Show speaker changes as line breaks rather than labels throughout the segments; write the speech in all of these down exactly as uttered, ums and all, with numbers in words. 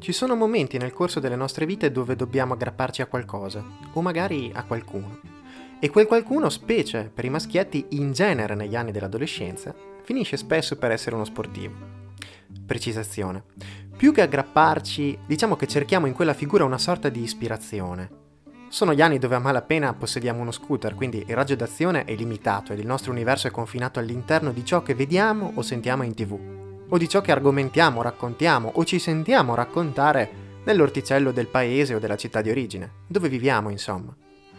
Ci sono momenti nel corso delle nostre vite dove dobbiamo aggrapparci a qualcosa, o magari a qualcuno. E quel qualcuno, specie per i maschietti, in genere negli anni dell'adolescenza, finisce spesso per essere uno sportivo. Precisazione. Più che aggrapparci, diciamo che cerchiamo in quella figura una sorta di ispirazione. Sono gli anni dove a malapena possediamo uno scooter, quindi il raggio d'azione è limitato ed il nostro universo è confinato all'interno di ciò che vediamo o sentiamo in tv. O di ciò che argomentiamo, raccontiamo o ci sentiamo raccontare nell'orticello del paese o della città di origine, dove viviamo insomma.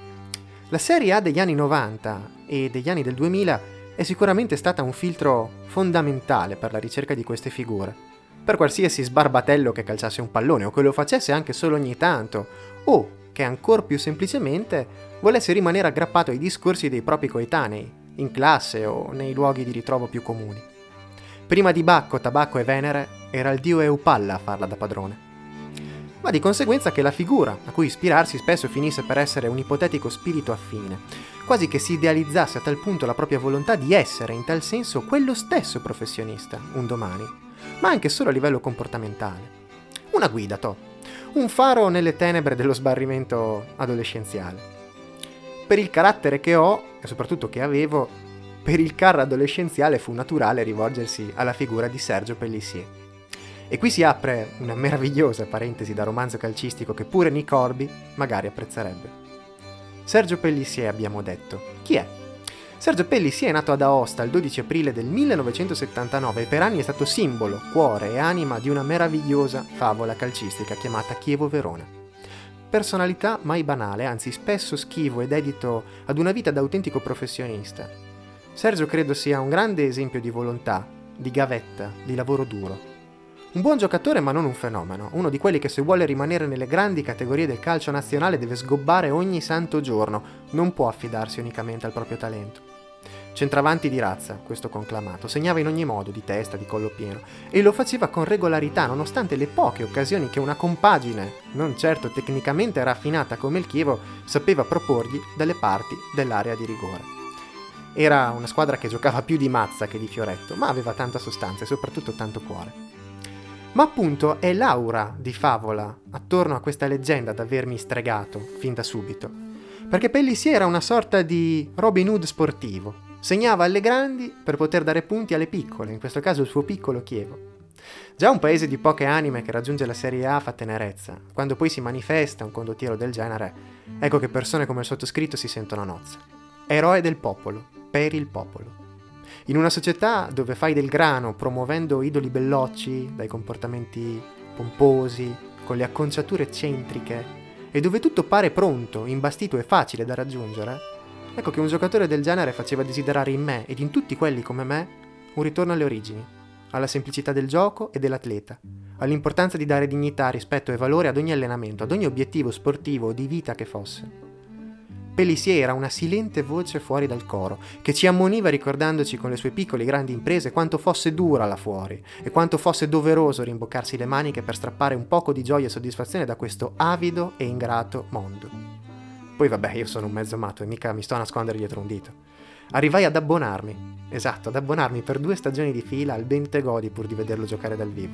La Serie A degli anni novanta e degli anni del duemila è sicuramente stata un filtro fondamentale per la ricerca di queste figure, per qualsiasi sbarbatello che calciasse un pallone o che lo facesse anche solo ogni tanto, o che ancor più semplicemente volesse rimanere aggrappato ai discorsi dei propri coetanei, in classe o nei luoghi di ritrovo più comuni. Prima di Bacco, Tabacco e Venere era il dio Eupalla a farla da padrone. Ma di conseguenza che la figura a cui ispirarsi spesso finisse per essere un ipotetico spirito affine, quasi che si idealizzasse a tal punto la propria volontà di essere in tal senso quello stesso professionista, un domani, ma anche solo a livello comportamentale. Una guida, to, un faro nelle tenebre dello sbarrimento adolescenziale. Per il carattere che ho, e soprattutto che avevo, per il carro adolescenziale fu naturale rivolgersi alla figura di Sergio Pellissier. E qui si apre una meravigliosa parentesi da romanzo calcistico che pure Nick Horby magari apprezzerebbe. Sergio Pellissier, abbiamo detto. Chi è? Sergio Pellissier è nato ad Aosta il dodici aprile del millenovecentosettantanove e per anni è stato simbolo, cuore e anima di una meravigliosa favola calcistica chiamata Chievo-Verona. Personalità mai banale, anzi spesso schivo ed dedito ad una vita da autentico professionista. Sergio credo sia un grande esempio di volontà, di gavetta, di lavoro duro. Un buon giocatore ma non un fenomeno, uno di quelli che se vuole rimanere nelle grandi categorie del calcio nazionale deve sgobbare ogni santo giorno, non può affidarsi unicamente al proprio talento. Centravanti di razza, questo conclamato, segnava in ogni modo, di testa, di collo pieno, e lo faceva con regolarità nonostante le poche occasioni che una compagine, non certo tecnicamente raffinata come il Chievo, sapeva proporgli dalle parti dell'area di rigore. Era una squadra che giocava più di mazza che di fioretto, ma aveva tanta sostanza e soprattutto tanto cuore. Ma appunto è l'aura di favola attorno a questa leggenda ad avermi stregato fin da subito. Perché Pellissier era una sorta di Robin Hood sportivo. Segnava alle grandi per poter dare punti alle piccole, in questo caso il suo piccolo Chievo. Già un paese di poche anime che raggiunge la Serie A fa tenerezza. Quando poi si manifesta un condottiero del genere, ecco che persone come il sottoscritto si sentono nozze. Eroe del popolo. Per il popolo. In una società dove fai del grano promuovendo idoli bellocci, dai comportamenti pomposi, con le acconciature eccentriche, e dove tutto pare pronto, imbastito e facile da raggiungere, ecco che un giocatore del genere faceva desiderare in me ed in tutti quelli come me un ritorno alle origini, alla semplicità del gioco e dell'atleta, all'importanza di dare dignità, rispetto e valore ad ogni allenamento, ad ogni obiettivo sportivo o di vita che fosse. Pellissier era una silente voce fuori dal coro, che ci ammoniva ricordandoci con le sue piccole e grandi imprese quanto fosse dura là fuori e quanto fosse doveroso rimboccarsi le maniche per strappare un poco di gioia e soddisfazione da questo avido e ingrato mondo. Poi vabbè, io sono un mezzo matto e mica mi sto a nascondere dietro un dito. Arrivai ad abbonarmi, esatto, ad abbonarmi per due stagioni di fila al Bentegodi pur di vederlo giocare dal vivo.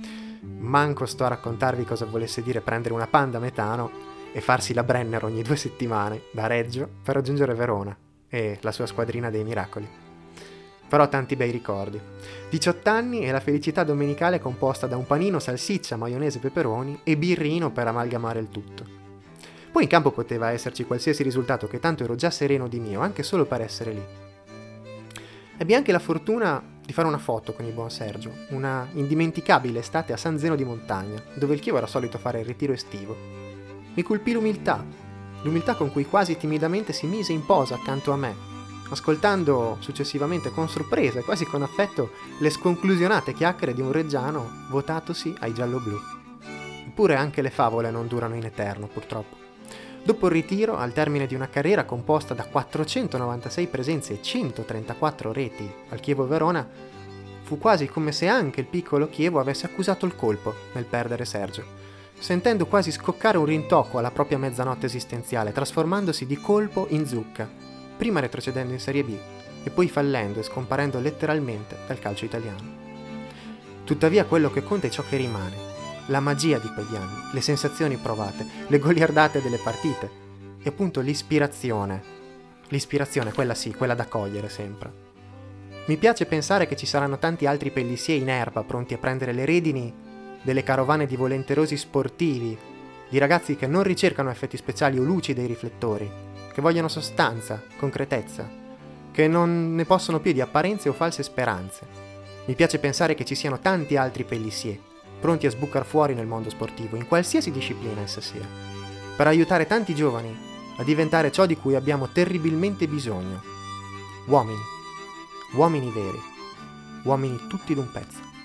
Manco sto a raccontarvi cosa volesse dire prendere una Panda metano e farsi la Brenner ogni due settimane da Reggio per raggiungere Verona e la sua squadrina dei miracoli. Però tanti bei ricordi. diciotto anni e la felicità domenicale composta da un panino, salsiccia, maionese, peperoni e birrino per amalgamare il tutto. Poi in campo poteva esserci qualsiasi risultato, che tanto ero già sereno di mio, anche solo per essere lì. Ebbi anche la fortuna di fare una foto con il buon Sergio, una indimenticabile estate a San Zeno di Montagna, dove il Chievo era solito fare il ritiro estivo. Mi colpì l'umiltà, l'umiltà con cui quasi timidamente si mise in posa accanto a me, ascoltando successivamente con sorpresa e quasi con affetto le sconclusionate chiacchiere di un reggiano votatosi ai giallo-blu. Eppure anche le favole non durano in eterno, purtroppo. Dopo il ritiro, al termine di una carriera composta da quattrocentonovantasei presenze e centotrentaquattro reti al Chievo Verona, fu quasi come se anche il piccolo Chievo avesse accusato il colpo nel perdere Sergio, sentendo quasi scoccare un rintocco alla propria mezzanotte esistenziale, trasformandosi di colpo in zucca, prima retrocedendo in Serie B e poi fallendo e scomparendo letteralmente dal calcio italiano. Tuttavia quello che conta è ciò che rimane, la magia di quegli anni, le sensazioni provate, le goliardate delle partite e appunto l'ispirazione. L'ispirazione, quella sì, quella da cogliere sempre. Mi piace pensare che ci saranno tanti altri pellissier in erba pronti a prendere le redini delle carovane di volenterosi sportivi, di ragazzi che non ricercano effetti speciali o luci dei riflettori, che vogliono sostanza, concretezza, che non ne possono più di apparenze o false speranze. Mi piace pensare che ci siano tanti altri pellissier, pronti a sbucar fuori nel mondo sportivo, in qualsiasi disciplina essa sia, per aiutare tanti giovani a diventare ciò di cui abbiamo terribilmente bisogno. Uomini, uomini veri, uomini tutti d'un pezzo.